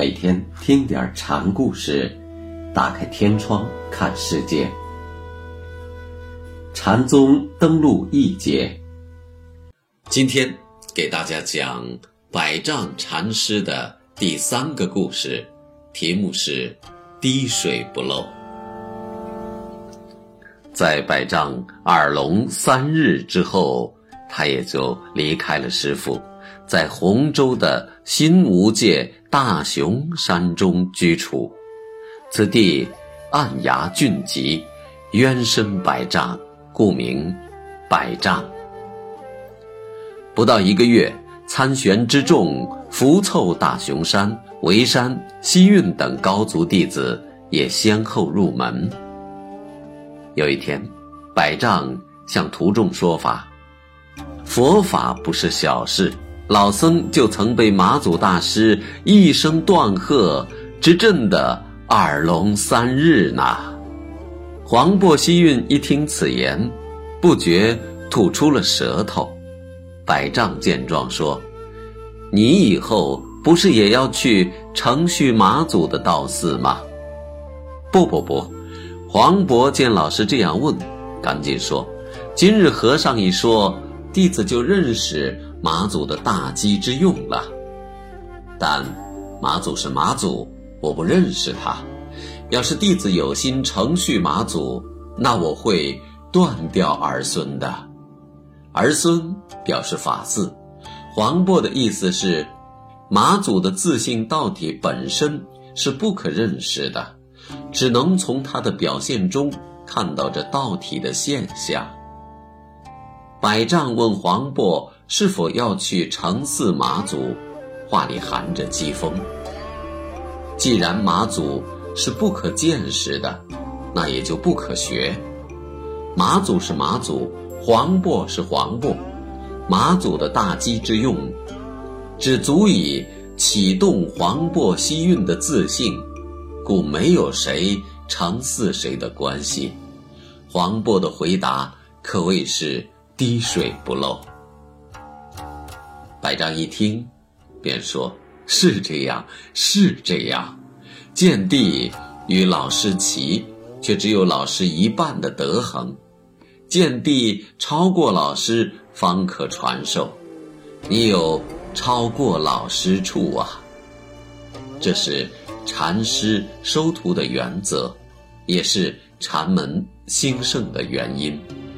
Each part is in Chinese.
每天听点禅故事，打开天窗看世界。禅宗登陆一节，今天给大家讲百丈禅师的第3个故事，题目是滴水不漏。在百丈耳聋3日之后，他也就离开了师父，在洪州的新吴界大雄山中居处。此地岸崖峻急，渊深百丈，故名百丈。不到1个月，参玄之众扶凑大雄山、沩山、西运等高足弟子也先后入门。有一天，百丈向徒众说法，佛法不是小事，老僧就曾被马祖大师一声断喝，直震得耳聋3日呢。黄檗西运一听此言，不觉吐出了舌头。百丈见状说，你以后不是也要去承续马祖的道寺吗？不，黄渤见老师这样问，赶紧说，今日和尚一说，弟子就认识马祖的大机之用了。但马祖是马祖，我不认识他。要是弟子有心承续马祖，那我会断掉儿孙的。儿孙表示法嗣，黄檗的意思是，马祖的自性道体本身是不可认识的，只能从他的表现中看到这道体的现象。百丈问黄檗是否要去承祀马祖，话里含着讥讽。既然马祖是不可见识的，那也就不可学。马祖是马祖，黄檗是黄檗，马祖的大机之用，只足以启动黄檗西运的自性，故没有谁承祀谁的关系。黄檗的回答可谓是滴水不漏。百丈一听便说，是这样。见地与老师齐，却只有老师一半的德行，见地超过老师方可传授，你有超过老师处啊。这是禅师收徒的原则，也是禅门兴盛的原因。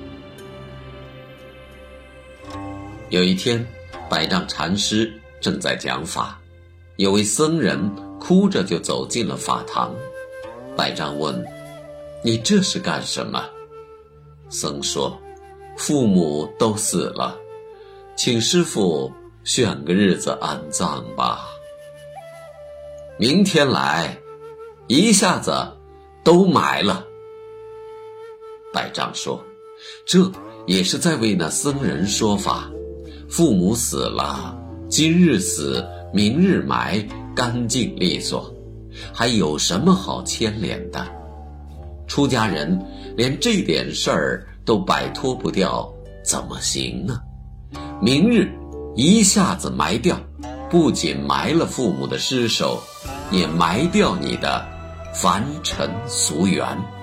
有一天，百丈禅师正在讲法，有位僧人哭着就走进了法堂。百丈问，你这是干什么？僧说，父母都死了，请师父选个日子安葬吧。明天来，一下子都埋了。百丈说，这也是在为那僧人说法，父母死了，今日死，明日埋，干净利索，还有什么好牵连的？出家人连这点事儿都摆脱不掉，怎么行呢？明日一下子埋掉，不仅埋了父母的尸首，也埋掉你的凡尘俗缘。